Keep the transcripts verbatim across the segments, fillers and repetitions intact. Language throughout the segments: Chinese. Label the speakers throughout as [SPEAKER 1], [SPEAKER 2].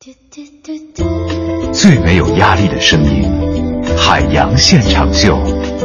[SPEAKER 1] 最没有压力的声音，海洋现场秀。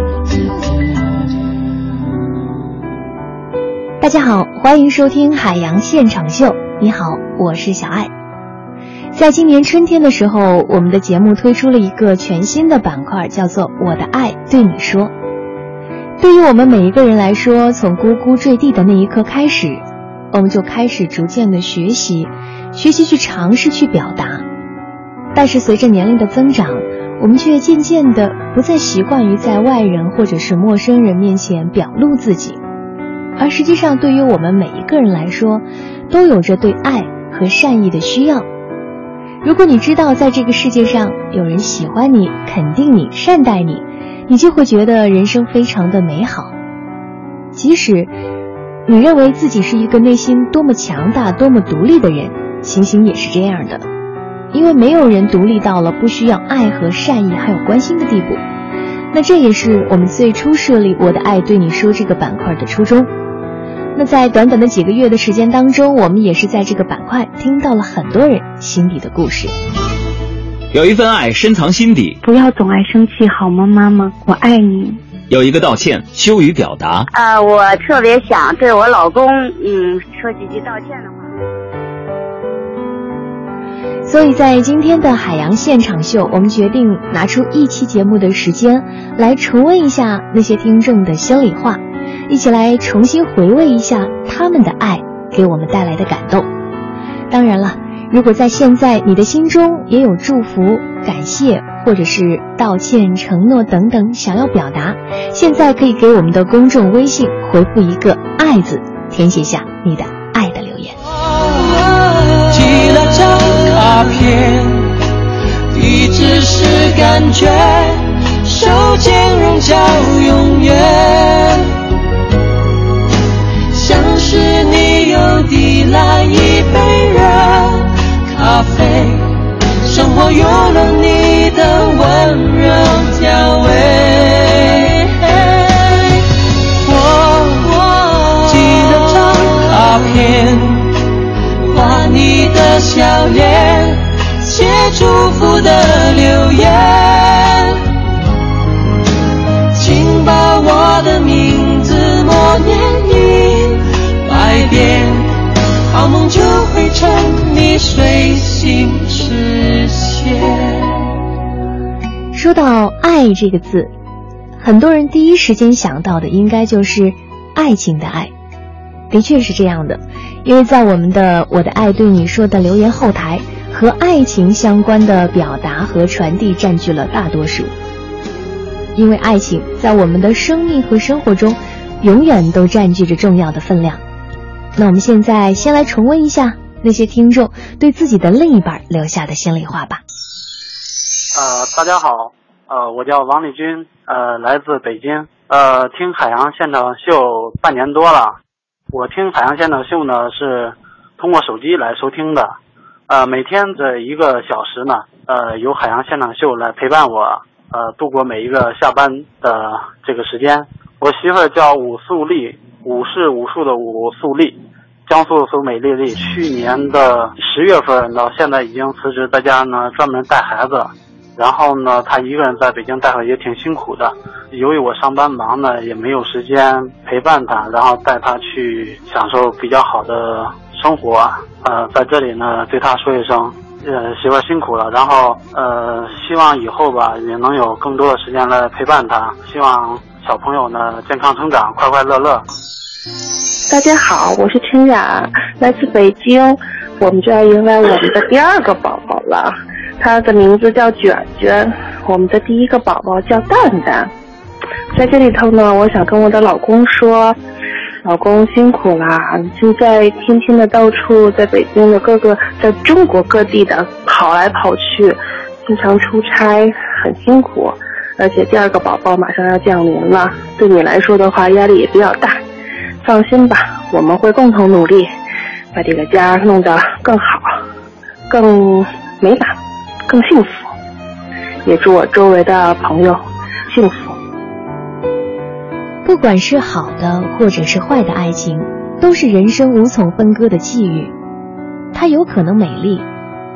[SPEAKER 2] 大家好，欢迎收听海洋现场秀。你好，我是小爱。在今年春天的时候，我们的节目推出了一个全新的板块，叫做我的爱对你说。对于我们每一个人来说，从呱呱坠地的那一刻开始，我们就开始逐渐的学习学习去尝试去表达。但是随着年龄的增长，我们却渐渐的不再习惯于在外人或者是陌生人面前表露自己，而实际上对于我们每一个人来说，都有着对爱和善意的需要。如果你知道在这个世界上有人喜欢你、肯定你、善待你，你就会觉得人生非常的美好。即使你认为自己是一个内心多么强大、多么独立的人，情形也是这样的。因为没有人独立到了不需要爱和善意还有关心的地步。那这也是我们最初设立我的爱对你说这个板块的初衷。那在短短的几个月的时间当中，我们也是在这个板块听到了很多人心底的故事。
[SPEAKER 3] 有一份爱深藏心底，
[SPEAKER 4] 不要总爱生气好吗？妈妈，我爱你。
[SPEAKER 3] 有一个道歉羞于表达，
[SPEAKER 5] 啊、呃，我特别想对我老公嗯说几句道歉的话。
[SPEAKER 2] 所以在今天的海洋现场秀，我们决定拿出一期节目的时间来重温一下那些听众的心里话，一起来重新回味一下他们的爱给我们带来的感动。当然了，如果在现在你的心中也有祝福、感谢或者是道歉、承诺等等想要表达，现在可以给我们的公众微信回复一个爱字，填写下你的爱的留言。
[SPEAKER 6] 寄了张卡片，地址是感觉，手间仍叫永远，像是你又递来一杯热咖啡，生活有了你的温柔调味。我寄了张卡片，画你的笑脸，写祝福的留言，请把我的名字默念一百遍，好梦就会趁你睡醒实现。
[SPEAKER 2] 说到爱这个字，很多人第一时间想到的应该就是爱情的爱。的确是这样的，因为在我们的我的爱对你说的留言后台，和爱情相关的表达和传递占据了大多数。因为爱情在我们的生命和生活中永远都占据着重要的分量。那我们现在先来重温一下那些听众对自己的另一半留下的心里话吧。
[SPEAKER 7] 呃，大家好，呃，我叫王立军，呃，来自北京，呃，听海洋现场秀半年多了。我听海洋现场秀呢是通过手机来收听的，呃，每天这一个小时呢，呃，由海洋现场秀来陪伴我，呃，度过每一个下班的这个时间。我媳妇儿叫武素丽，武是武术的武，素丽，江苏的苏，美丽丽。去年的十月份到现在已经辞职，在家呢专门带孩子。然后呢，他一个人在北京带孩子也挺辛苦的。由于我上班忙呢，也没有时间陪伴他，然后带他去享受比较好的生活。呃，在这里呢，对他说一声，呃，媳妇儿辛苦了。然后，呃，希望以后吧，也能有更多的时间来陪伴他。希望小朋友呢健康成长，快快乐乐。
[SPEAKER 4] 大家好，我是陈雅，来自北京。我们就要迎来我们的第二个宝宝了。他的名字叫卷卷，我们的第一个宝宝叫蛋蛋。在这里头呢，我想跟我的老公说，老公辛苦啦，你现在天天的到处在北京的各个，在中国各地的跑来跑去，经常出差，很辛苦。而且第二个宝宝马上要降临了，对你来说的话压力也比较大。放心吧，我们会共同努力，把这个家弄得更好，更美满，更幸福。也祝我周围的朋友幸福。
[SPEAKER 2] 不管是好的或者是坏的爱情，都是人生无从分割的际遇。它有可能美丽，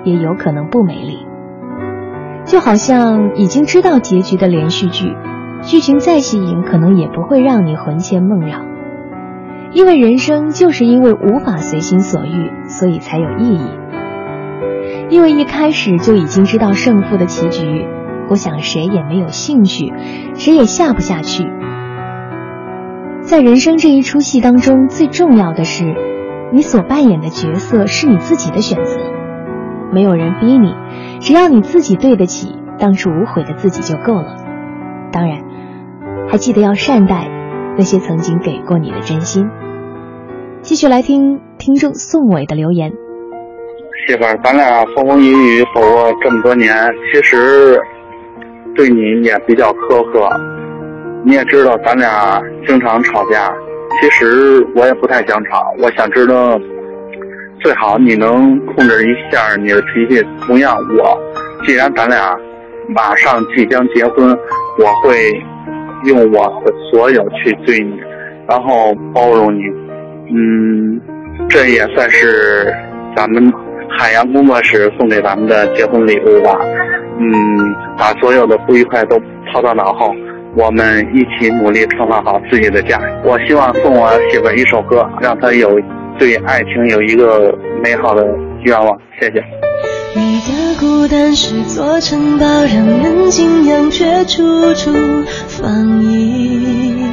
[SPEAKER 2] 也有可能不美丽。就好像已经知道结局的连续剧，剧情再吸引，可能也不会让你魂牵梦绕。因为人生就是因为无法随心所欲，所以才有意义。因为一开始就已经知道胜负的棋局，我想谁也没有兴趣，谁也下不下去。在人生这一出戏当中，最重要的是你所扮演的角色是你自己的选择，没有人逼你，只要你自己对得起当初无悔的自己就够了。当然还记得要善待那些曾经给过你的真心。继续来听听众宋伟的留言。
[SPEAKER 8] 媳妇儿，咱俩风风雨雨走过这么多年，其实对你也比较苛刻，你也知道咱俩经常吵架，其实我也不太想吵，我想知道最好你能控制一下你的脾气。同样我既然咱俩马上即将结婚，我会用我的所有去对你，然后包容你。嗯，这也算是咱们海洋工作室送给咱们的结婚礼物吧。嗯，把所有的不愉快都抛到脑后，我们一起努力创造好自己的家。我希望送我媳妇一首歌，让她有对爱情有一个美好的愿望。谢谢。
[SPEAKER 6] 你的孤单是座城堡，让人敬仰却处处防御。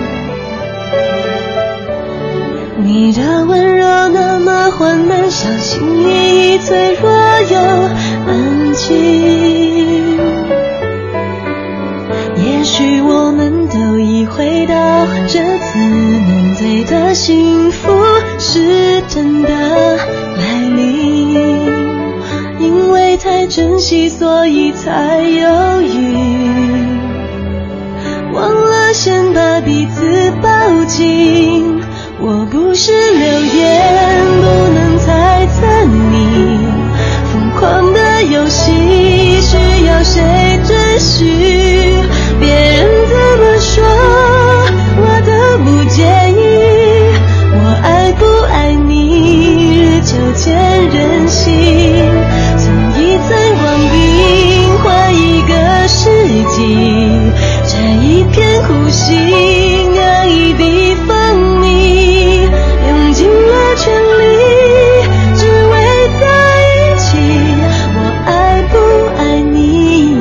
[SPEAKER 6] 你的温柔那么缓慢，小心翼翼，脆弱又安静。也许我们都已回到这次面对的幸福是真的来临，因为太珍惜所以才犹豫，忘了先把彼此抱紧。我不是流言，不能猜测你疯狂的游戏需要谁准许，别人怎么说我都不介意，我爱不爱你日久见人心，从一层光冰换一个世纪，摘一片湖心酿一滴蜂蜜，用尽了全力只为在一起，我爱不爱你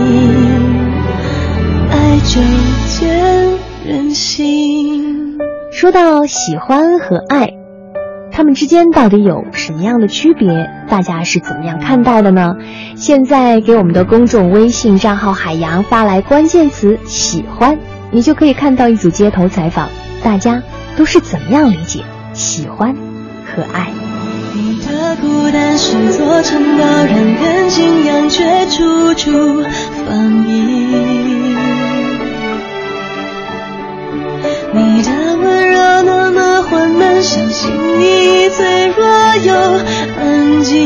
[SPEAKER 6] 爱就见人心。
[SPEAKER 2] 说到喜欢和爱，他们之间到底有什么样的区别？大家是怎么样看待的呢？现在给我们的公众微信账号海洋发来关键词喜欢，你就可以看到一组街头采访，大家都是怎么样理解喜欢和爱。
[SPEAKER 6] 你的孤单是座城堡，让人敬仰却处处防御。你的温柔那么缓慢，小心翼翼，脆弱又安静。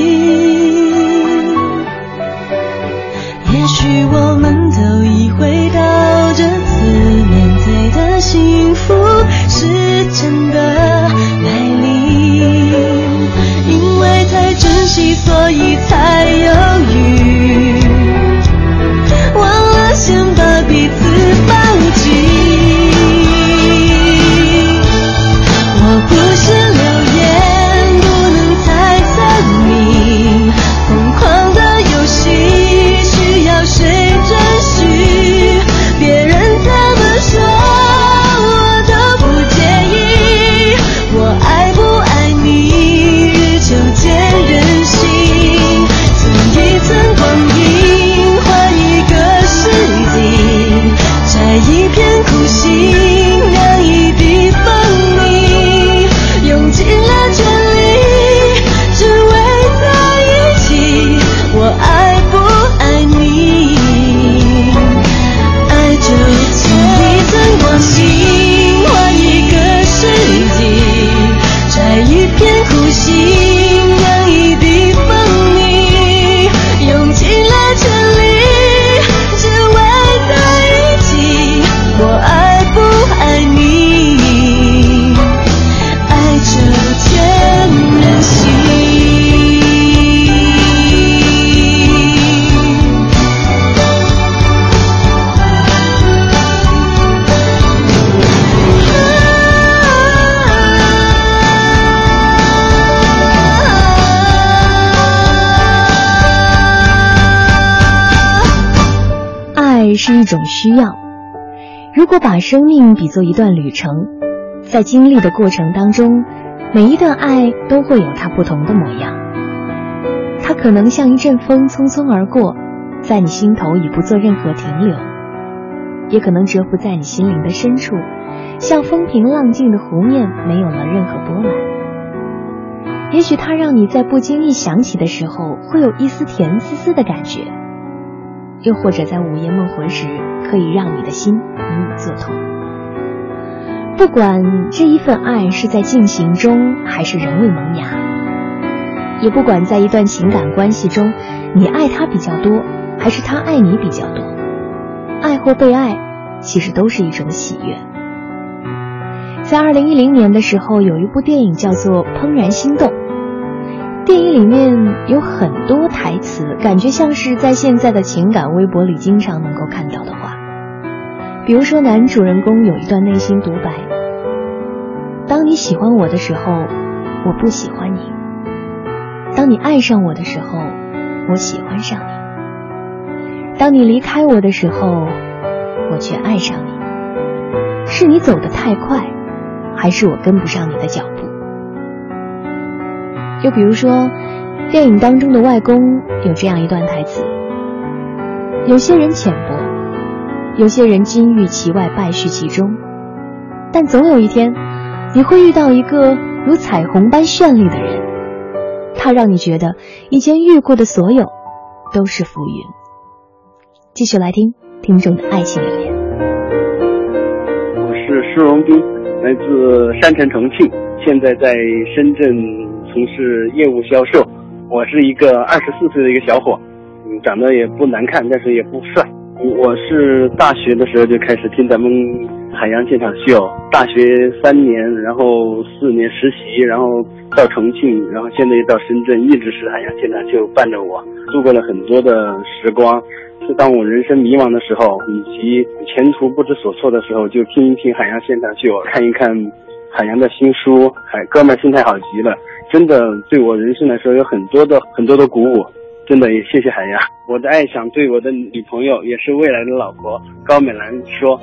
[SPEAKER 6] 也许我们都已回到这次面对的幸福是真的来临，因为太珍惜所以才犹豫，忘了先把彼此抱紧。我不是流言，不能猜测你疯
[SPEAKER 2] 爱是一种需要。如果把生命比作一段旅程，在经历的过程当中，每一段爱都会有它不同的模样。它可能像一阵风匆匆而过，在你心头已不做任何停留，也可能蛰伏在你心灵的深处，像风平浪静的湖面，没有了任何波澜。也许它让你在不经意想起的时候，会有一丝甜丝丝的感觉，又或者在午夜梦回时，可以让你的心隐隐作痛。不管这一份爱是在进行中，还是仍未萌芽，也不管在一段情感关系中，你爱他比较多，还是他爱你比较多，爱或被爱，其实都是一种喜悦。在二零一零年的时候，有一部电影叫做《怦然心动》，电影里面有很多台词，感觉像是在现在的情感微博里经常能够看到的话。比如说男主人公有一段内心独白：当你喜欢我的时候，我不喜欢你；当你爱上我的时候，我喜欢上你；当你离开我的时候，我却爱上你。是你走得太快，还是我跟不上你的脚步？又比如说电影当中的外公有这样一段台词：有些人浅薄，有些人金玉其外败絮其中，但总有一天你会遇到一个如彩虹般绚丽的人，他让你觉得以前遇过的所有都是浮云。继续来听听众的爱情留言。
[SPEAKER 9] 我是施荣斌，来自山城重庆，现在在深圳从事业务销售。我是一个二十四岁的一个小伙，嗯，长得也不难看，但是也不帅。我是大学的时候就开始听咱们海洋现场秀，大学三年，然后四年实习，然后到重庆，然后现在又到深圳，一直是海洋现场秀伴着我，度过了很多的时光。是当我人生迷茫的时候，以及前途不知所措的时候，就听一听海洋现场秀，看一看海洋的新书，海哥们心态好极了，真的对我人生来说有很多的很多的鼓舞。真的也谢谢海洋。我的爱想对我的女朋友，也是未来的老婆高美兰说，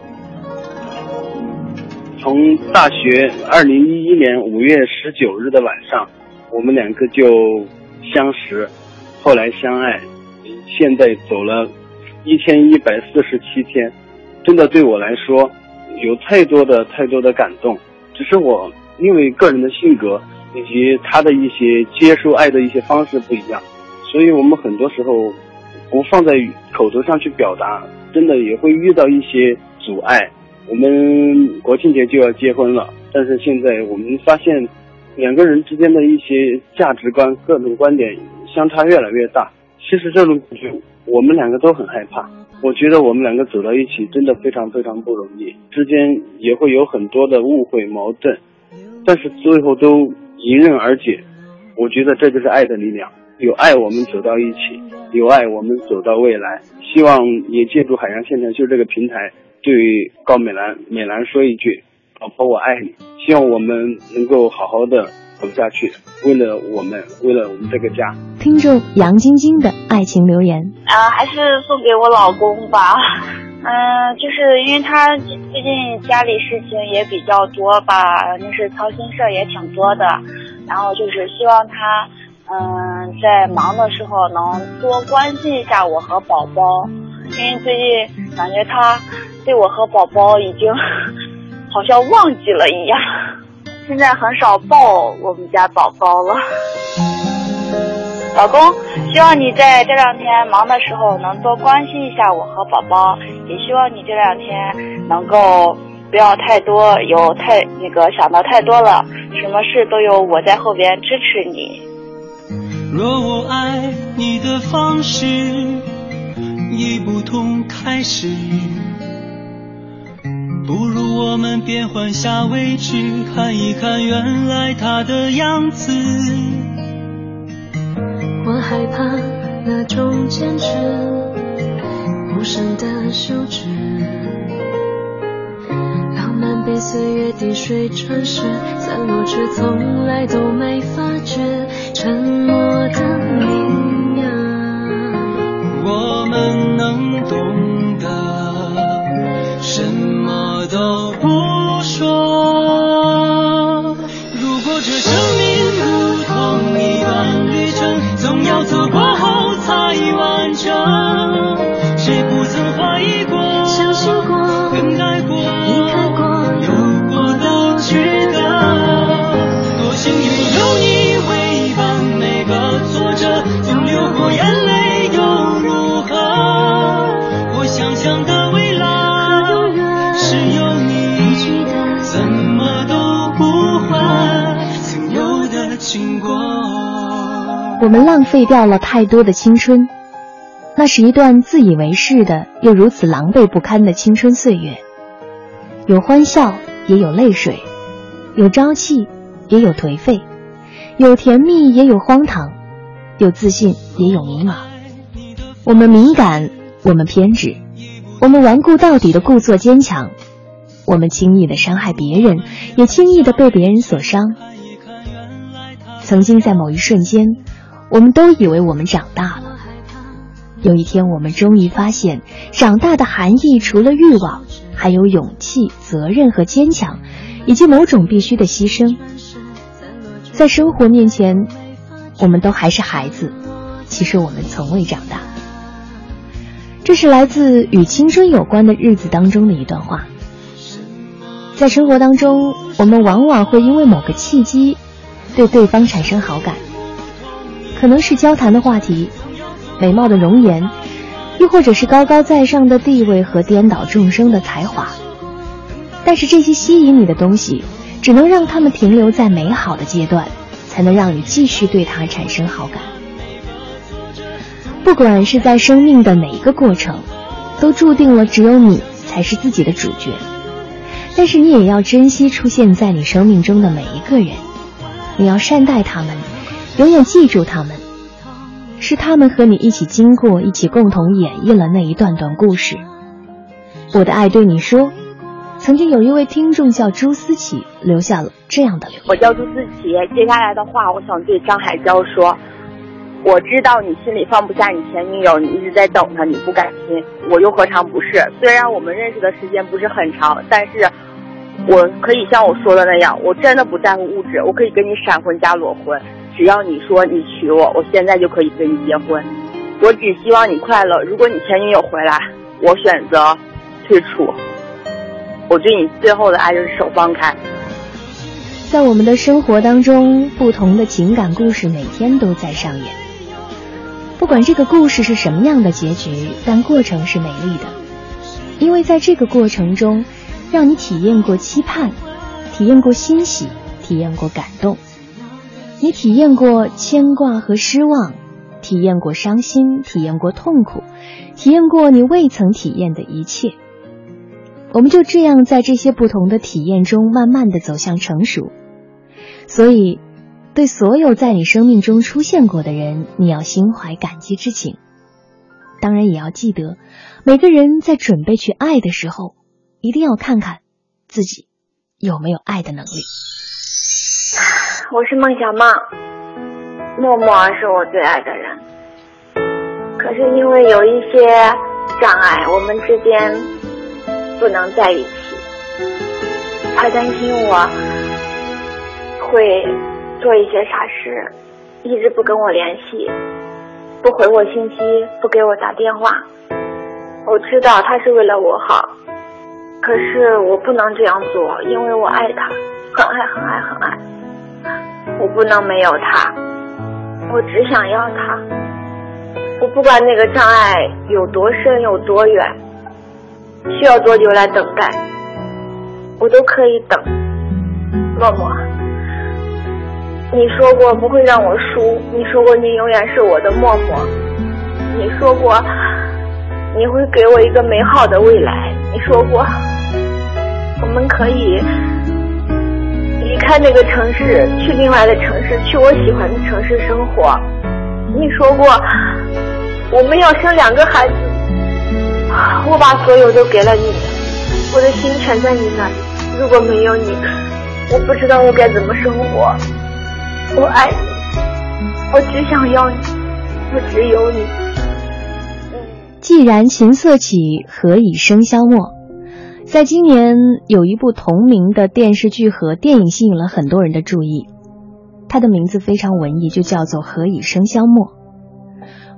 [SPEAKER 9] 从大学二零一一年五月十九日的晚上，我们两个就相识，后来相爱，现在走了一千一百四十七天，真的对我来说有太多的太多的感动。只是我因为个人的性格以及他的一些接受爱的一些方式不一样，所以我们很多时候不放在口头上去表达，真的也会遇到一些阻碍。我们国庆节就要结婚了，但是现在我们发现两个人之间的一些价值观各种观点相差越来越大。其实这种感觉我们两个都很害怕，我觉得我们两个走到一起真的非常非常不容易，之间也会有很多的误会矛盾，但是最后都迎刃而解。我觉得这就是爱的力量，有爱我们走到一起，有爱我们走到未来。希望也借助海洋现场秀这个平台，对高美兰美兰说一句，老婆我爱你。希望我们能够好好的走下去，为了我们，为了我们这个家。
[SPEAKER 2] 听众杨晶晶的爱情留言
[SPEAKER 5] 啊，还是送给我老公吧。嗯、呃，就是因为他最近家里事情也比较多吧，就是操心事儿也挺多的，然后就是希望他嗯，在忙的时候能多关心一下我和宝宝，因为最近感觉他对我和宝宝已经好像忘记了一样，现在很少抱我们家宝宝了。老公，希望你在这两天忙的时候能多关心一下我和宝宝，也希望你这两天能够不要太多有太那个想的太多了，什么事都有我在后边支持你。
[SPEAKER 6] 若我爱你的方式已不同开始，不如我们变换下位置，看一看原来他的样子。
[SPEAKER 10] 我害怕那种坚持无声的休止，浪漫被岁月滴水穿石，散落却从来都没发觉沉默的名扬。
[SPEAKER 6] 我们能懂得长，谁不曾怀疑过，
[SPEAKER 10] 相信过，
[SPEAKER 6] 更爱过，
[SPEAKER 10] 离开过，
[SPEAKER 6] 有过都值得。多幸运有你陪伴每个挫折，总流过眼泪又如何？我想象的未来是有你，怎么都不换曾有的经过。
[SPEAKER 2] 我们浪费掉了太多的青春，那是一段自以为是的又如此狼狈不堪的青春岁月，有欢笑也有泪水，有朝气也有颓废，有甜蜜也有荒唐，有自信也有迷茫。我们敏感，我们偏执，我们顽固到底的故作坚强，我们轻易的伤害别人，也轻易的被别人所伤。曾经在某一瞬间，我们都以为我们长大了。有一天我们终于发现，长大的含义除了欲望，还有勇气、责任和坚强，以及某种必须的牺牲。在生活面前，我们都还是孩子，其实我们从未长大。这是来自与青春有关的日子当中的一段话。在生活当中，我们往往会因为某个契机对对方产生好感，可能是交谈的话题，美貌的容颜，又或者是高高在上的地位和颠倒众生的才华。但是这些吸引你的东西，只能让他们停留在美好的阶段，才能让你继续对他产生好感。不管是在生命的哪一个过程，都注定了只有你才是自己的主角。但是你也要珍惜出现在你生命中的每一个人，你要善待他们，永远记住他们，是他们和你一起经过，一起共同演绎了那一段段故事。我的爱对你说，曾经有一位听众叫朱思琪，留下了这样的留言。
[SPEAKER 11] 我叫朱思琪，接下来的话我想对张海娇说，我知道你心里放不下你前女友，你一直在等她，你不甘心，我又何尝不是？虽然我们认识的时间不是很长，但是我可以像我说的那样，我真的不在乎物质，我可以跟你闪婚加裸婚，只要你说你娶我，我现在就可以跟你结婚。我只希望你快乐，如果你前女友回来，我选择退出。我对你最后的爱就是手放开。
[SPEAKER 2] 在我们的生活当中，不同的情感故事每天都在上演，不管这个故事是什么样的结局，但过程是美丽的，因为在这个过程中让你体验过期盼，体验过欣喜，体验过感动，你体验过牵挂和失望，体验过伤心，体验过痛苦，体验过你未曾体验的一切。我们就这样在这些不同的体验中慢慢地走向成熟。所以对所有在你生命中出现过的人，你要心怀感激之情。当然也要记得，每个人在准备去爱的时候，一定要看看自己有没有爱的能力。
[SPEAKER 11] 我是孟小梦，默默是我最爱的人，可是因为有一些障碍，我们之间不能在一起。他担心我会做一些傻事，一直不跟我联系，不回我信息，不给我打电话。我知道他是为了我好，可是我不能这样做，因为我爱他，很爱很爱很爱。我不能没有他，我只想要他。我不管那个障碍有多深有多远，需要多久来等待，我都可以等。默默，你说过不会让我输，你说过你永远是我的默默，你说过你会给我一个美好的未来，你说过我们可以离开那个城市，去另外的城市，去我喜欢的城市生活。你说过我们要生两个孩子，我把所有都给了你，我的心全在你那里。如果没有你，我不知道我该怎么生活。我爱你，我只想要你，我只有你。
[SPEAKER 2] 既然琴瑟起，何以笙箫默？在今年有一部同名的电视剧和电影吸引了很多人的注意，它的名字非常文艺，就叫做何以笙箫默。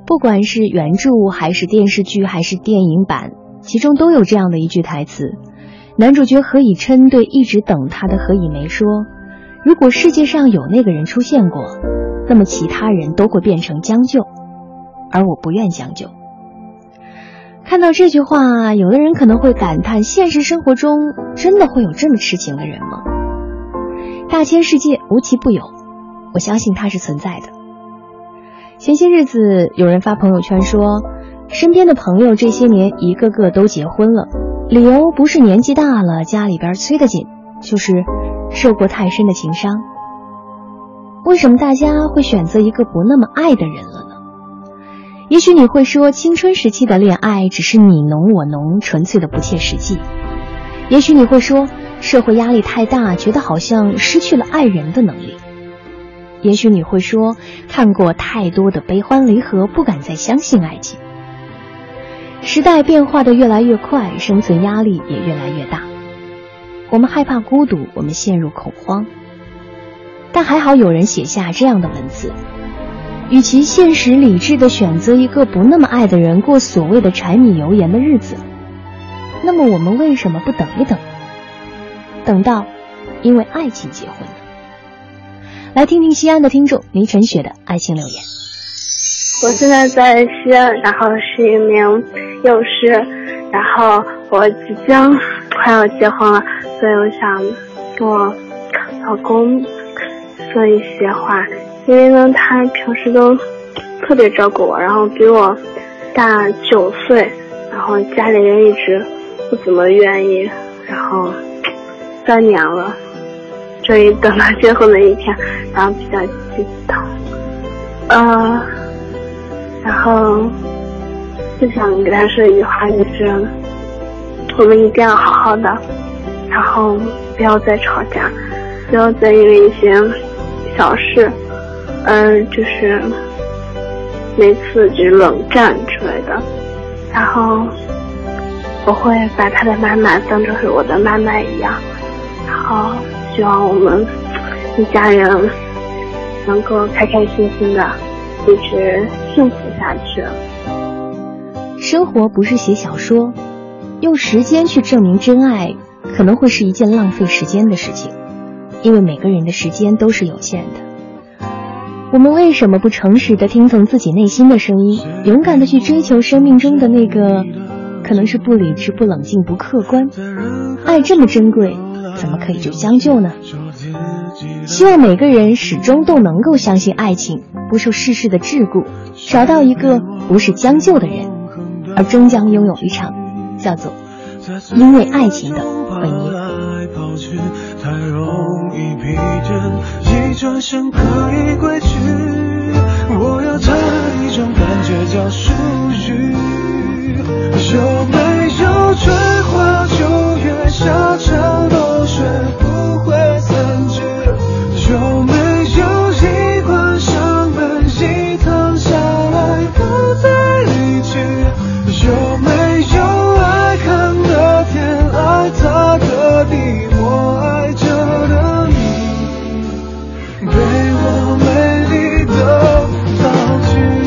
[SPEAKER 2] 不管是原著还是电视剧还是电影版，其中都有这样的一句台词，男主角何以琛对一直等他的何以玫说，如果世界上有那个人出现过，那么其他人都会变成将就，而我不愿将就。看到这句话，有的人可能会感叹，现实生活中真的会有这么痴情的人吗？大千世界无奇不有，我相信它是存在的。前些日子有人发朋友圈说，身边的朋友这些年一个个都结婚了，理由不是年纪大了家里边催得紧，就是受过太深的情伤。为什么大家会选择一个不那么爱的人了呢？也许你会说，青春时期的恋爱只是你侬我侬，纯粹的不切实际。也许你会说，社会压力太大，觉得好像失去了爱人的能力。也许你会说，看过太多的悲欢离合，不敢再相信爱情。时代变化的越来越快，生存压力也越来越大，我们害怕孤独，我们陷入恐慌。但还好有人写下这样的文字，与其现实理智地选择一个不那么爱的人过所谓的柴米油盐的日子，那么我们为什么不等一等，等到因为爱情结婚呢？来听听西安的听众倪晨雪的爱情留言。
[SPEAKER 12] 我现在在西安，然后是一名幼师，然后我即将快要结婚了，所以我想跟我老公说一些话，因为呢他平时都特别照顾我，然后比我大九岁，然后家里人一直不怎么愿意，然后三年了，终于等到结婚的一天，然后比较激动，呃，然后就想给他说一句话，就是我们一定要好好的，然后不要再吵架，不要再因为一些小事，嗯、呃，就是每次就是冷战之类的。然后我会把他的妈妈当成是我的妈妈一样，然后希望我们一家人能够开开心心的一直幸福下去。
[SPEAKER 2] 生活不是写小说，用时间去证明真爱可能会是一件浪费时间的事情，因为每个人的时间都是有限的。我们为什么不诚实的听从自己内心的声音，勇敢的去追求生命中的那个可能是不理智、不冷静、不客观？爱这么珍贵，怎么可以就将就呢？希望每个人始终都能够相信爱情，不受世事的桎梏，找到一个不是将就的人，而终将拥有一场叫做因为爱情的婚姻。
[SPEAKER 6] 太容易疲倦，一转身可以归去，我要找的一种感觉叫属于，有没有追花九月下场落水不会散去，有没有一关上门一趟下来不再离去，有没有爱看的天爱他的地，我爱着的你被我美丽的放弃。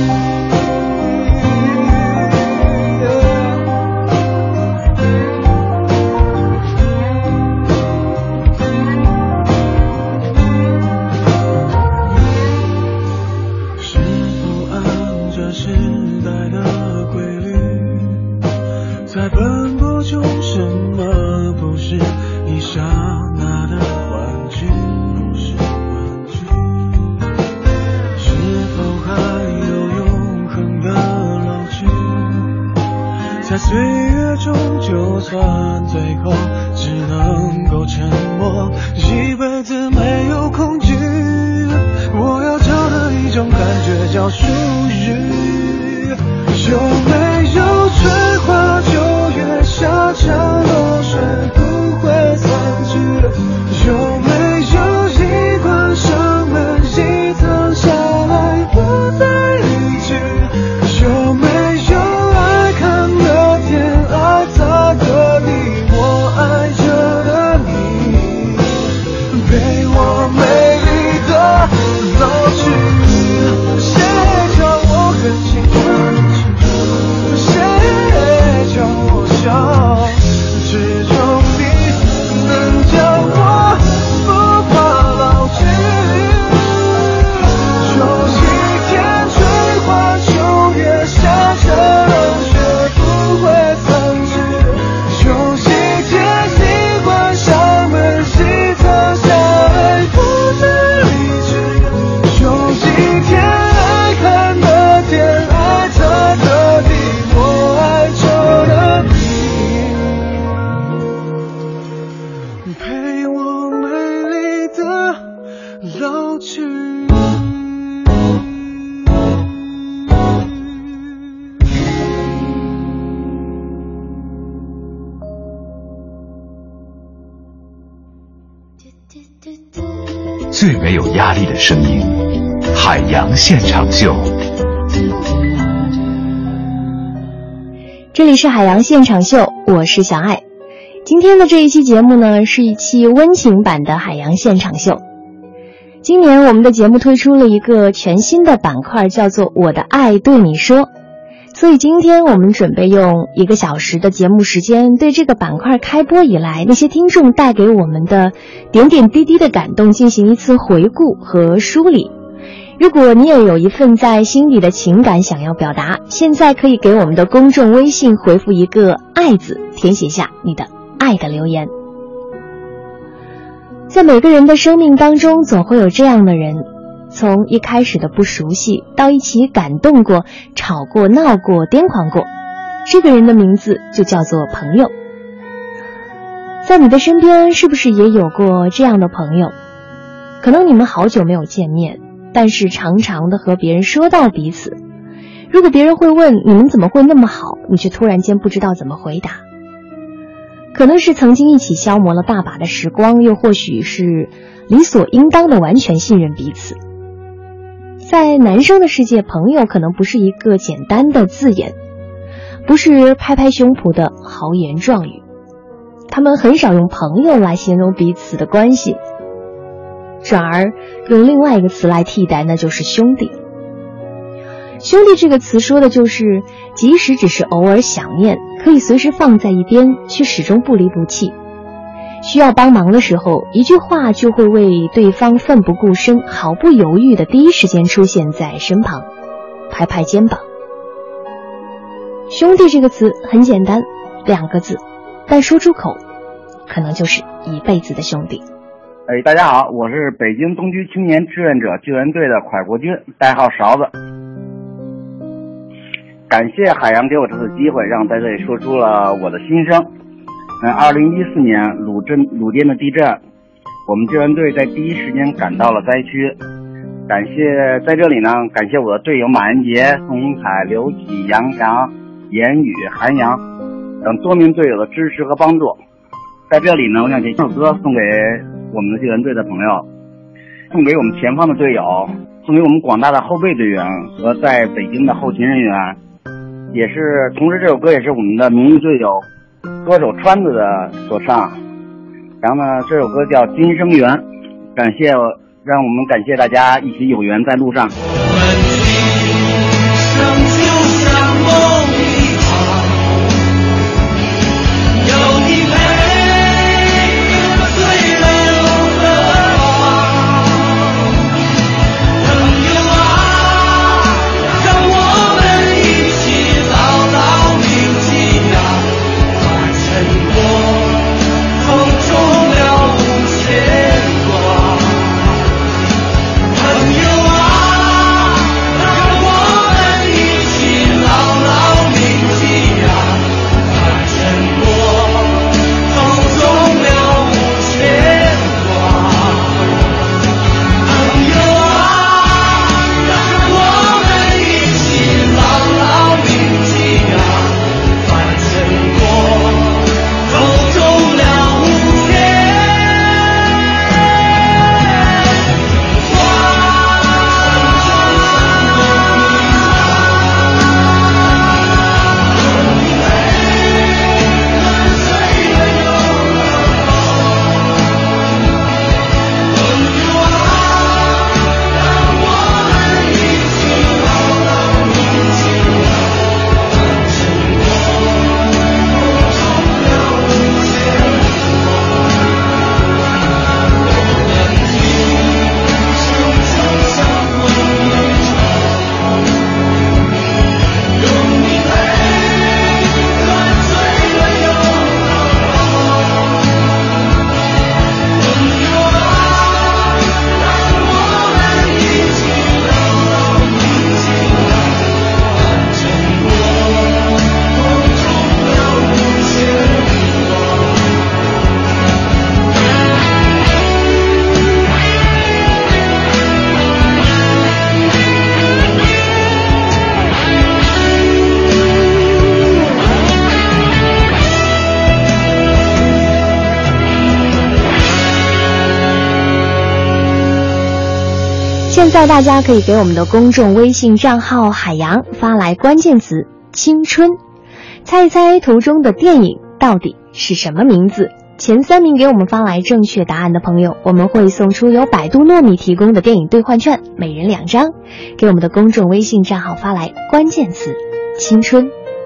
[SPEAKER 6] 是否按着时代的规律在奔波中，什么不是一刹那的玩具，不是玩具，是否还有永恒的老去，在岁月中就算最后只能够沉默，一辈子没有恐惧，我要找的一种感觉叫属于，有没有吹花九月下场落水不会散去，有没有一关上门一趟下来不再离去，有没有爱看的天爱他的地，我爱着的你被我美丽的老去，谁叫我狠心
[SPEAKER 1] 最没有压力的声音，海洋现场秀。
[SPEAKER 2] 这里是海洋现场秀，我是小爱。今天的这一期节目呢，是一期温情版的海洋现场秀。今年我们的节目推出了一个全新的板块，叫做我的爱对你说。所以今天我们准备用一个小时的节目时间，对这个板块开播以来那些听众带给我们的点点滴滴的感动进行一次回顾和梳理。如果你也有一份在心底的情感想要表达，现在可以给我们的公众微信回复一个爱字，填写下你的爱的留言。在每个人的生命当中，总会有这样的人，从一开始的不熟悉，到一起感动过、吵过、闹过、癫狂过，这个人的名字就叫做朋友。在你的身边，是不是也有过这样的朋友？可能你们好久没有见面，但是常常的和别人说到彼此。如果别人会问你们怎么会那么好，你却突然间不知道怎么回答。可能是曾经一起消磨了大把的时光，又或许是理所应当的完全信任彼此。在男生的世界，朋友可能不是一个简单的字眼，不是拍拍胸脯的豪言壮语，他们很少用朋友来形容彼此的关系，转而用另外一个词来替代，那就是兄弟。兄弟这个词说的就是，即使只是偶尔想念，可以随时放在一边，却始终不离不弃。需要帮忙的时候，一句话就会为对方奋不顾身，毫不犹豫的第一时间出现在身旁，拍拍肩膀。兄弟这个词很简单，两个字，但说出口，可能就是一辈子的兄弟。
[SPEAKER 13] 哎，大家好，我是北京东区青年志愿者救援队的蒯国军，代号勺子。感谢海洋给我这次机会，让在这里说出了我的心声。嗯，二零一四年鲁镇鲁甸的地震，我们救援队在第一时间赶到了灾区。感谢在这里呢，感谢我的队友马恩杰、宋英凯、刘启、杨洋、严宇、韩阳等多名队友的支持和帮助。在这里呢，我想写一首歌送给我们的救援队的朋友，送给我们前方的队友，送给我们广大的后备队员和在北京的后勤人员。也是同时这首歌也是我们的名誉队友歌手川子的所唱，然后呢这首歌叫《今生缘》，感谢让我们感谢大家一起有缘在路上。
[SPEAKER 6] 朋友啊，
[SPEAKER 2] 现在大家可以给我们的公众微信账号海洋发来关键词青春，猜一猜图中的电影到底是什么名字。前三名给我们发来正确答案的朋友，我们会送出由百度糯米提供的电影兑换券，每人两张。给我们的公众微信账号发来关键词青春。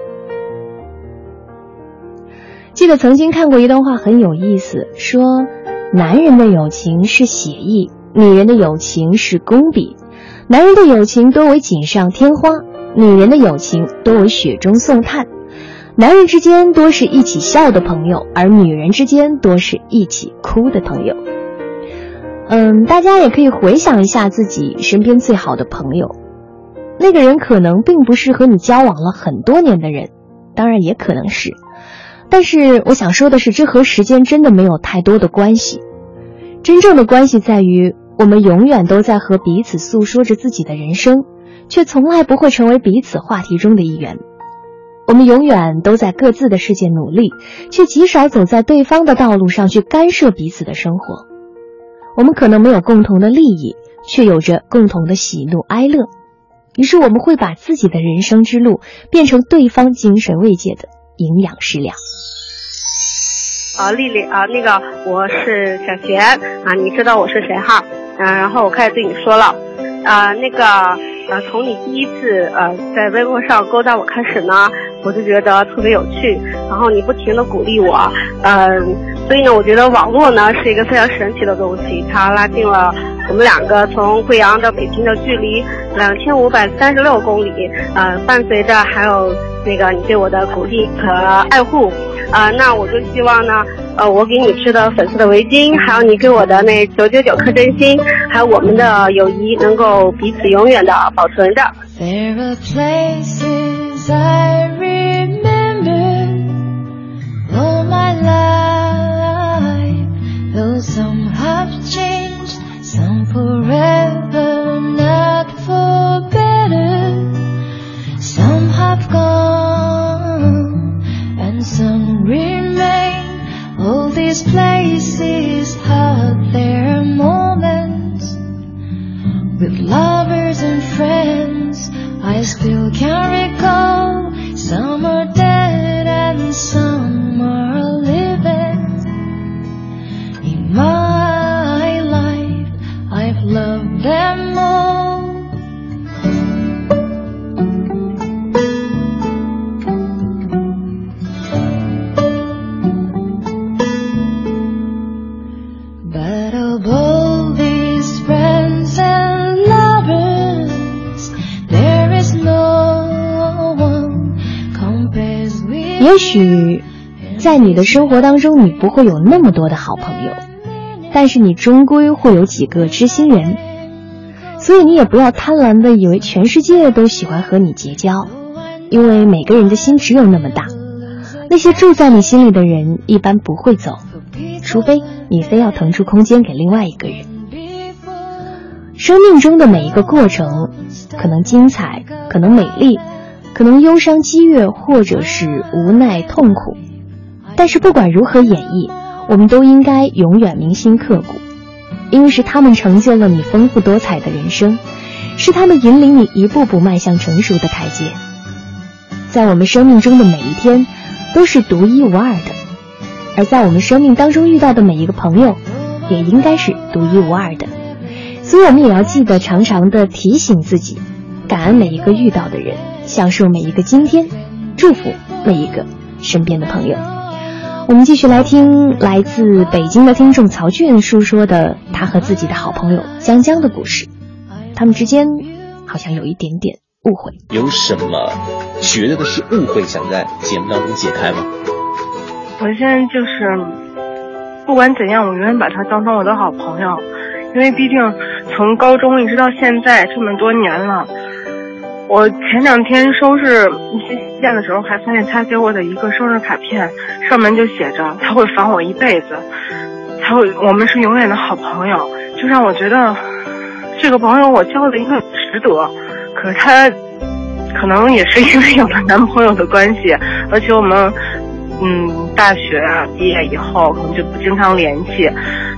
[SPEAKER 2] 记得曾经看过一段话很有意思，说男人的友情是写意，女人的友情是工笔。男人的友情多为锦上添花，女人的友情多为雪中送炭。男人之间多是一起笑的朋友，而女人之间多是一起哭的朋友。嗯，大家也可以回想一下自己身边最好的朋友，那个人可能并不是和你交往了很多年的人，当然也可能是，但是我想说的是，这和时间真的没有太多的关系。真正的关系在于，我们永远都在和彼此诉说着自己的人生，却从来不会成为彼此话题中的一员。我们永远都在各自的世界努力，却极少走在对方的道路上去干涉彼此的生活。我们可能没有共同的利益，却有着共同的喜怒哀乐。于是我们会把自己的人生之路变成对方精神慰藉的营养食粮。
[SPEAKER 12] 啊，丽丽啊，那个我是小贤啊，你知道我是谁哈？嗯、啊，然后我开始对你说了，啊，那个呃，从你第一次呃在微博上勾搭我开始呢，我就觉得特别有趣，然后你不停的鼓励我，嗯、呃，所以呢，我觉得网络呢是一个非常神奇的东西，它拉近了我们两个从贵阳到北京的距离两千五百三十六公里，呃，伴随着还有那个你对我的鼓励和爱护。啊、呃，那我就希望呢，呃，我给你织的粉色的围巾，还有你给我的那九九九颗真心，还有我们的友谊能够彼此永远的保存着。
[SPEAKER 10] There are places I remember all my life, though some have changed, some forever, not for better, some have gone.And some remain. All these places had their moments with lovers and friends. I still can recall. Some are dead and some are living. In my life, I've loved them all.
[SPEAKER 2] 也许在你的生活当中，你不会有那么多的好朋友，但是你终归会有几个知心人，所以你也不要贪婪的以为全世界都喜欢和你结交，因为每个人的心只有那么大，那些住在你心里的人一般不会走，除非你非要腾出空间给另外一个人。生命中的每一个过程，可能精彩，可能美丽，可能忧伤激越，或者是无奈痛苦，但是不管如何演绎，我们都应该永远铭心刻骨，因为是他们成就了你丰富多彩的人生，是他们引领你一步步迈向成熟的台阶。在我们生命中的每一天都是独一无二的，而在我们生命当中遇到的每一个朋友也应该是独一无二的，所以我们也要记得常常的提醒自己，感恩每一个遇到的人，享受每一个今天，祝福每一个身边的朋友。我们继续来听来自北京的听众曹俊述说的他和自己的好朋友江江的故事，他们之间好像有一点点误会。
[SPEAKER 14] 有什么觉得的是误会想在节目当中解开吗？
[SPEAKER 15] 我现在就是不管怎样，我永远把他当成我的好朋友，因为毕竟从高中一直到现在这么多年了。我前两天收拾一些信件的时候，还发现他给我的一个生日卡片，上面就写着他会烦我一辈子，他会我们是永远的好朋友，就让我觉得这个朋友我交的应该值得。可是他可能也是因为有了男朋友的关系，而且我们嗯大学啊毕业以后可能就不经常联系，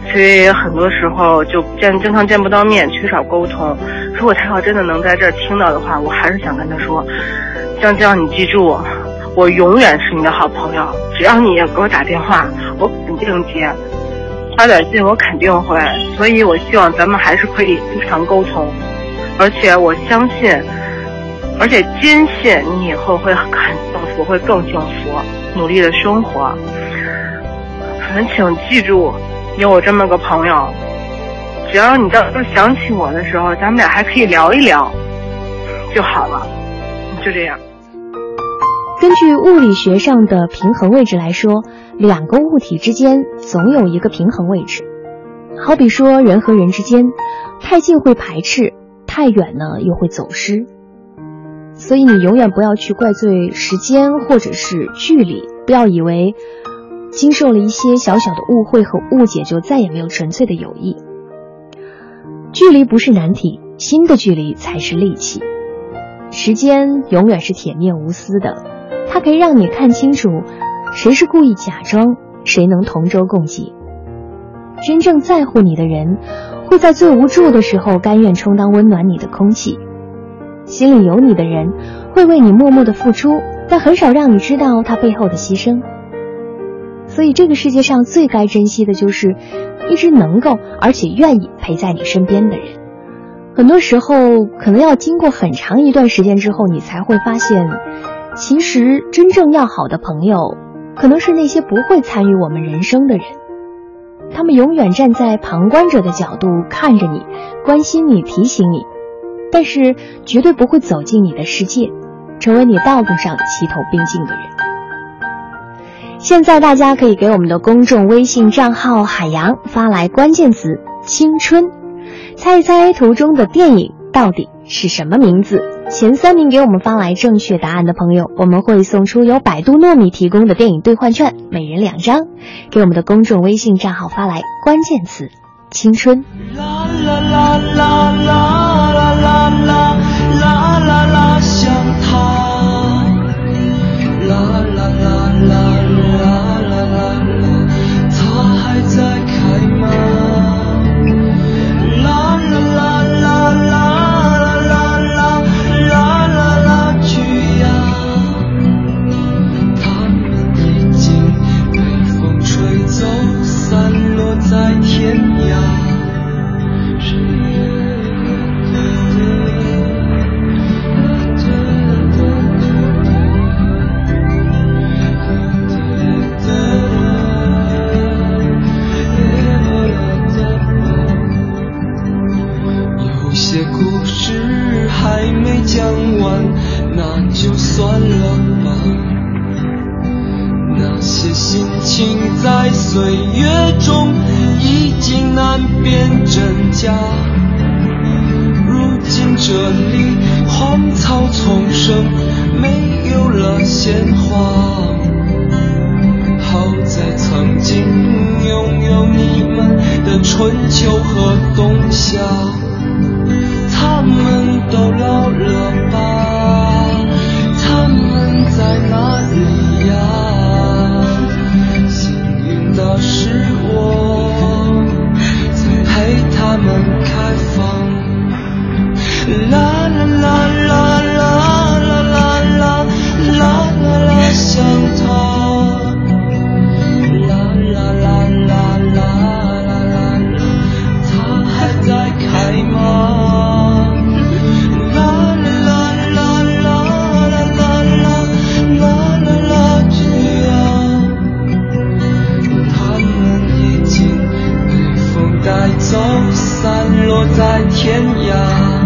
[SPEAKER 15] 所以很多时候就见经常见不到面，缺少沟通。如果他要真的能在这儿听到的话，我还是想跟他说，江江，你记住，我永远是你的好朋友，只要你给我打电话，我肯定接，发短信我肯定会。所以我希望咱们还是可以经常沟通，而且我相信，而且坚信你以后会很幸福，会更幸福，努力的生活。反正请记住，有我这么个朋友，只要你到时候想起我的时候，咱们俩还可以聊一聊就好了，就这样。
[SPEAKER 2] 根据物理学上的平衡位置来说，两个物体之间总有一个平衡位置。好比说人和人之间，太近会排斥，太远呢又会走失。所以你永远不要去怪罪时间或者是距离，不要以为经受了一些小小的误会和误解就再也没有纯粹的友谊。距离不是难题，心的距离才是利器。时间永远是铁面无私的，它可以让你看清楚谁是故意假装，谁能同舟共济。真正在乎你的人，会在最无助的时候甘愿充当温暖你的空气。心里有你的人，会为你默默的付出，但很少让你知道他背后的牺牲。所以这个世界上最该珍惜的就是一直能够而且愿意陪在你身边的人。很多时候可能要经过很长一段时间之后，你才会发现，其实真正要好的朋友可能是那些不会参与我们人生的人。他们永远站在旁观者的角度看着你，关心你，提醒你，但是绝对不会走进你的世界，成为你道路上齐头并进的人。现在大家可以给我们的公众微信账号海洋发来关键词青春，猜一猜图中的电影到底是什么名字。前三名给我们发来正确答案的朋友，我们会送出由百度糯米提供的电影兑换券，每人两张。给我们的公众微信账号发来关键词青春。
[SPEAKER 6] 啦啦啦啦啦啦啦啦啦啦啦，想他，啦啦啦啦啦啦啦啦，他还在开吗？啦啦啦啦啦啦啦啦啦啦啦，去呀！他们已经被风吹走，散落在天涯。有些故事还没讲完，那就算了吧。那些心情在岁月中已经难辨真假。如今这里荒草丛生，没有了鲜花。好在曾经拥有你们的春秋和冬夏。他们都老了吧？他们在哪里呀？幸运的是我曾陪他们开放。啦啦啦啦啦啦啦啦啦啦啦，想他。啦啦啦啦啦啦啦啦，他还在开吗？走，散落在天涯。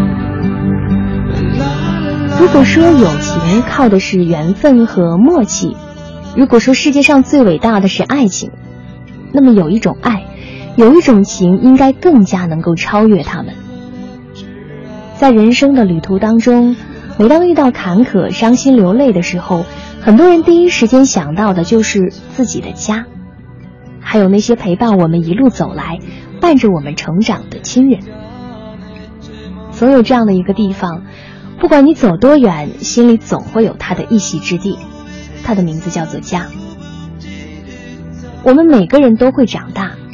[SPEAKER 2] 如果说友情靠的是缘分和默契，如果说世界上最伟大的是爱情，那么有一种爱，有一种情应该更加能够超越他们。在人生的旅途当中，每当遇到坎坷伤心流泪的时候，很多人第一时间想到的就是自己的家，还有那些陪伴我们一路走来伴着我们成长的亲人。总有这样的一个地方，不管你走多远，心里总会有它的一席之地，它的名字叫做家。我们每个人都会长大，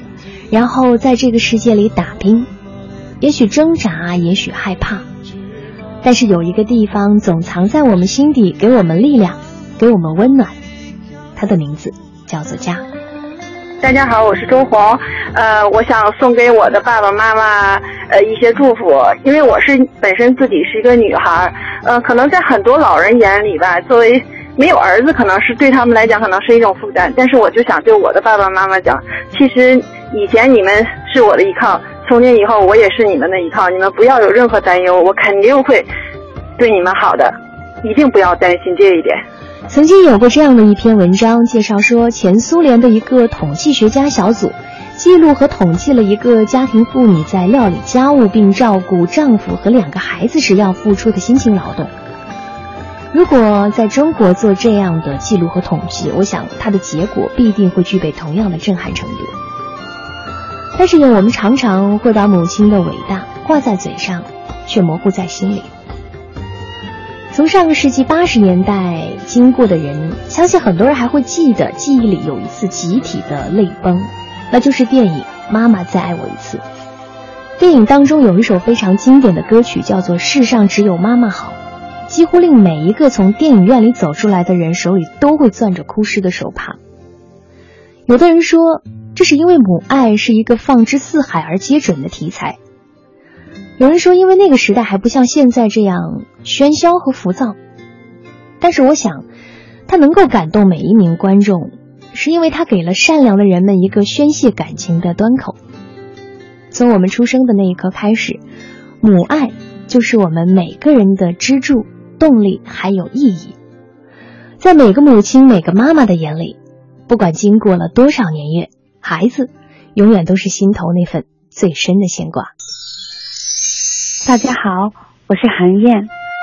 [SPEAKER 2] 然后在这个世界里打拼，也许挣扎，也许害怕，但是有一个地方总藏在我们心底，给我们力量，给我们温暖，它的名字叫做家。
[SPEAKER 16] 大家好，我是周红，呃，我想送给我的爸爸妈妈呃一些祝福，因为我是本身自己是一个女孩，呃，可能在很多老人眼里吧，作为没有儿子，可能是对他们来讲可能是一种负担，但是我就想对我的爸爸妈妈讲，其实以前你们是我的依靠，从今以后我也是你们的依靠，你们不要有任何担忧，我肯定会对你们好的，一定不要担心这一点。
[SPEAKER 2] 曾经有过这样的一篇文章，介绍说前苏联的一个统计学家小组记录和统计了一个家庭妇女在料理家务并照顾丈夫和两个孩子时要付出的辛勤劳动。如果在中国做这样的记录和统计，我想它的结果必定会具备同样的震撼程度。但是呢，我们常常会把母亲的伟大挂在嘴上，却模糊在心里。从上个世纪八十年代经过的人，相信很多人还会记得记忆里有一次集体的泪崩，那就是电影《妈妈再爱我一次》。电影当中有一首非常经典的歌曲叫做《世上只有妈妈好》，几乎令每一个从电影院里走出来的人手里都会攥着哭湿的手帕。有的人说，这是因为母爱是一个放之四海而皆准的题材。有人说，因为那个时代还不像现在这样喧嚣和浮躁。但是我想，它能够感动每一名观众，是因为它给了善良的人们一个宣泄感情的端口。从我们出生的那一刻开始，母爱就是我们每个人的支柱、动力还有意义。在每个母亲、每个妈妈的眼里，不管经过了多少年月，孩子永远都是心头那份最深的牵挂。
[SPEAKER 17] 大家好，我是韩燕。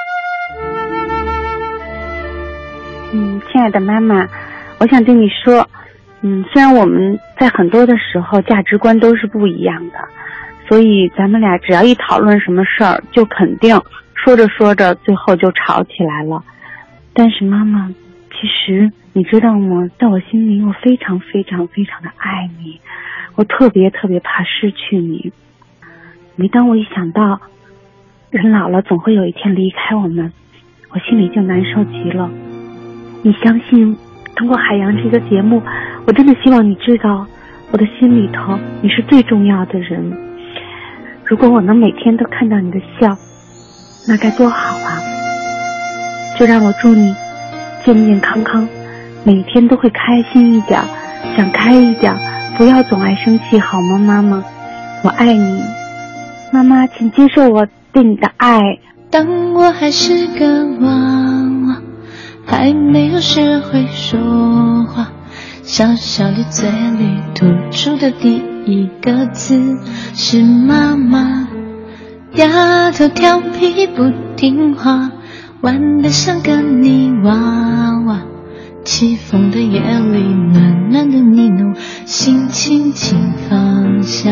[SPEAKER 17] 嗯，亲爱的妈妈，我想对你说，嗯，虽然我们在很多的时候价值观都是不一样的，所以咱们俩只要一讨论什么事儿，就肯定说着说着最后就吵起来了。但是妈妈，其实你知道吗，在我心里我非常非常非常的爱你，我特别特别怕失去你。每当我一想到人老了总会有一天离开我们，我心里就难受极了。你相信通过海洋这个节目，我真的希望你知道，我的心里头你是最重要的人。如果我能每天都看到你的笑，那该多好啊。就让我祝你健健康康，每天都会开心一点，想开一点，不要总爱生气，好吗妈妈？我爱你。妈妈，请接受我对你的爱。
[SPEAKER 10] 当我还是个娃娃，还没有学会说话，小小的嘴里吐出的第一个字是妈妈。丫头调皮不听话，玩得像个泥娃娃，起风的夜里暖暖的呢喃，心轻轻放下。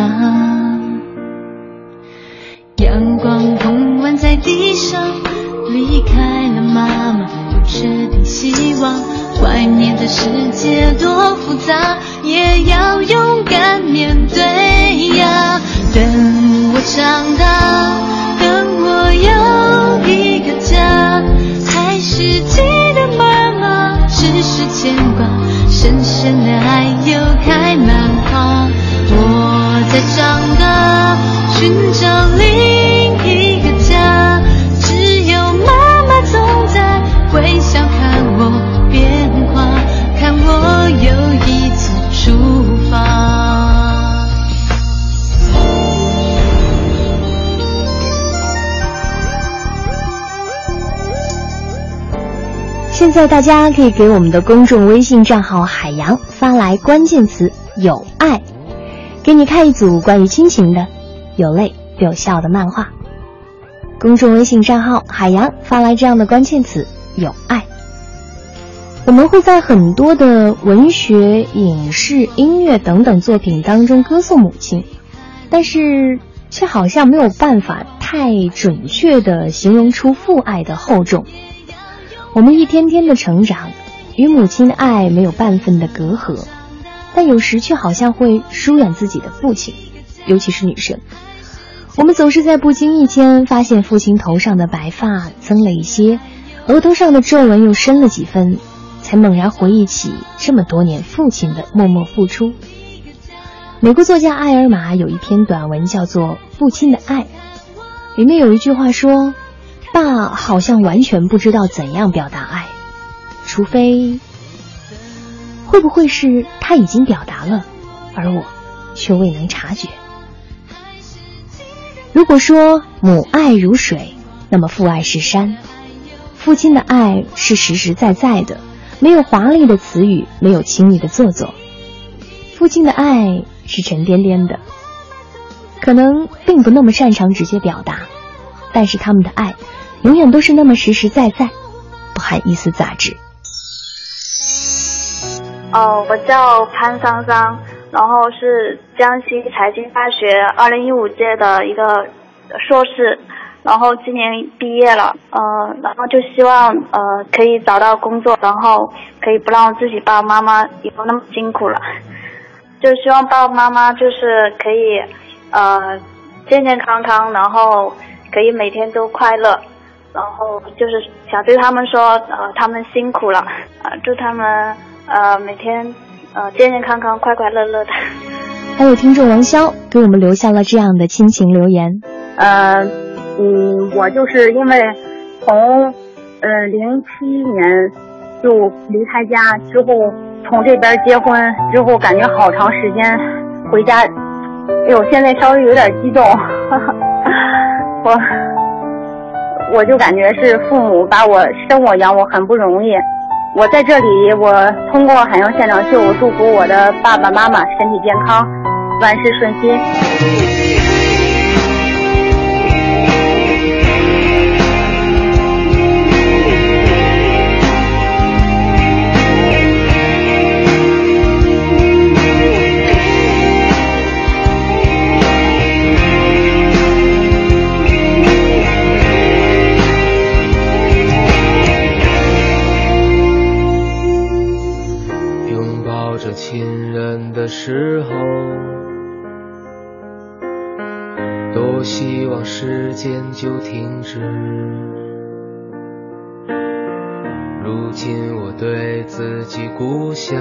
[SPEAKER 10] 阳光碰完在地上，离开了妈妈，不确定希望，外面的世界多复杂，也要勇敢面对呀。等我长大，等我有一个家，还是记得妈妈，只是牵挂，深深的爱又开满花。我在长大，寻找另一个家，只有妈妈总在微笑看我变化，看我又一次出发。
[SPEAKER 2] 现在大家可以给我们的公众微信账号海洋发来关键词有爱，给你看一组关于亲情的有泪有笑的漫画。公众微信账号海洋发来这样的关键词有爱。我们会在很多的文学、影视、音乐等等作品当中歌颂母亲，但是却好像没有办法太准确地形容出父爱的厚重。我们一天天的成长，与母亲的爱没有半分的隔阂，但但有时却好像会疏远自己的父亲，尤其是女生。我们总是在不经意间发现父亲头上的白发增了一些，额头上的皱纹又深了几分，才猛然回忆起这么多年父亲的默默付出。美国作家艾尔玛有一篇短文叫做《父亲的爱》，里面有一句话说，爸好像完全不知道怎样表达爱，除非会不会是他已经表达了，而我却未能察觉。如果说母爱如水，那么父爱是山。父亲的爱是实实在在的，没有华丽的词语，没有轻易的做作。父亲的爱是沉甸甸的，可能并不那么擅长直接表达，但是他们的爱永远都是那么实实在在，不含一丝杂质。
[SPEAKER 11] 哦，我叫潘桑桑，然后是江西财经大学二零一五届的一个硕士，然后今年毕业了，呃，然后就希望呃可以找到工作，然后可以不让自己爸爸妈妈以后那么辛苦了，就希望爸爸妈妈就是可以呃健健康康，然后可以每天都快乐，然后就是想对他们说，呃，他们辛苦了，呃，祝他们呃每天呃健健康康、快快乐乐的。
[SPEAKER 2] 还有听众王潇给我们留下了这样的亲情留言。
[SPEAKER 18] 呃，嗯，我就是因为从呃零七年就离开家之后，从这边结婚之后，感觉好长时间回家，哎呦，现在稍微有点激动，呵呵，我我就感觉是父母把我生我养我很不容易。我在这里，我通过海洋现场秀，我祝福我的爸爸妈妈身体健康，万事顺心。
[SPEAKER 6] 亲人的时候，多希望时间就停止。如今我对自己故乡，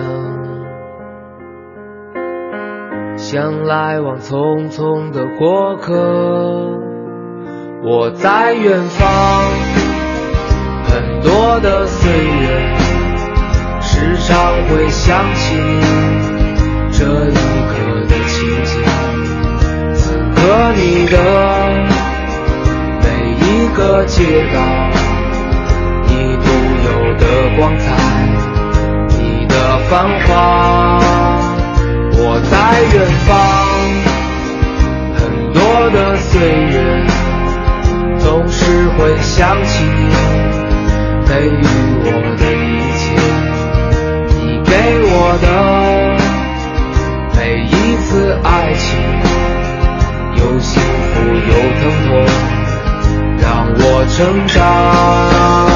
[SPEAKER 6] 像来往匆匆的过客。我在远方，很多的岁月时常会想起这一刻的情景，此刻你的每一个街道，你独有的光彩，你的繁华。我在远方，很多的岁月总是会想起你给予我的一切，给我的每一次爱情，有幸福有疼痛，让我成长。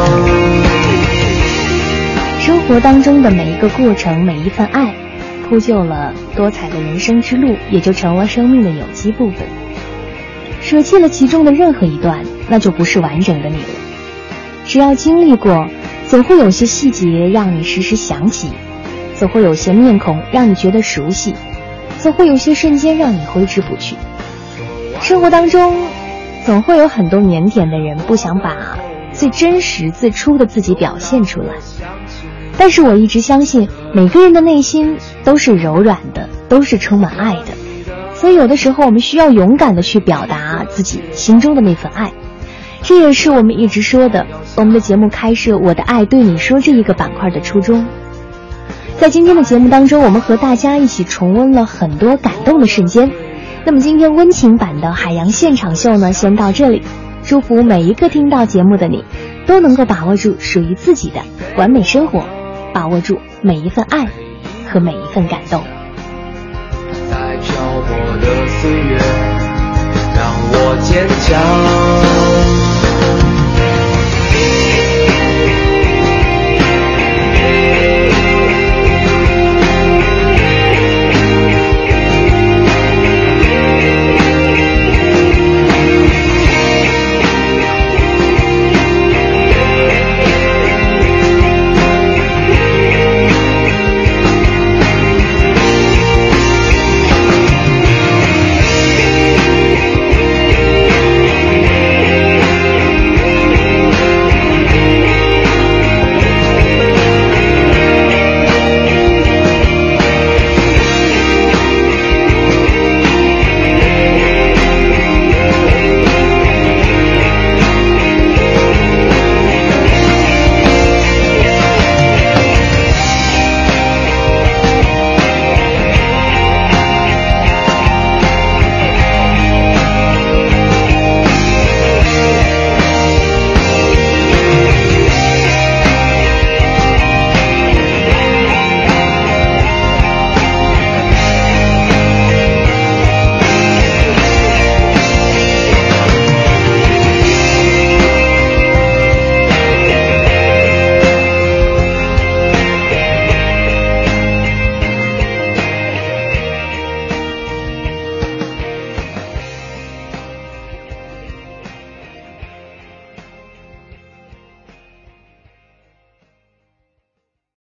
[SPEAKER 2] 生活当中的每一个过程，每一份爱，铺就了多彩的人生之路，也就成了生命的有机部分。舍弃了其中的任何一段，那就不是完整的你了。只要经历过，总会有些细节让你时时想起，总会有些面孔让你觉得熟悉，总会有些瞬间让你挥之不去。生活当中总会有很多腼腆的人不想把最真实最初的自己表现出来，但是我一直相信每个人的内心都是柔软的，都是充满爱的，所以有的时候我们需要勇敢的去表达自己心中的那份爱。这也是我们一直说的，我们的节目开设我的爱对你说这一个板块的初衷。在今天的节目当中，我们和大家一起重温了很多感动的瞬间。那么今天温情版的海洋现场秀呢，先到这里。祝福每一个听到节目的你，都能够把握住属于自己的完美生活，把握住每一份爱和每一份感动。
[SPEAKER 6] 在漂泊的岁月，让我坚强。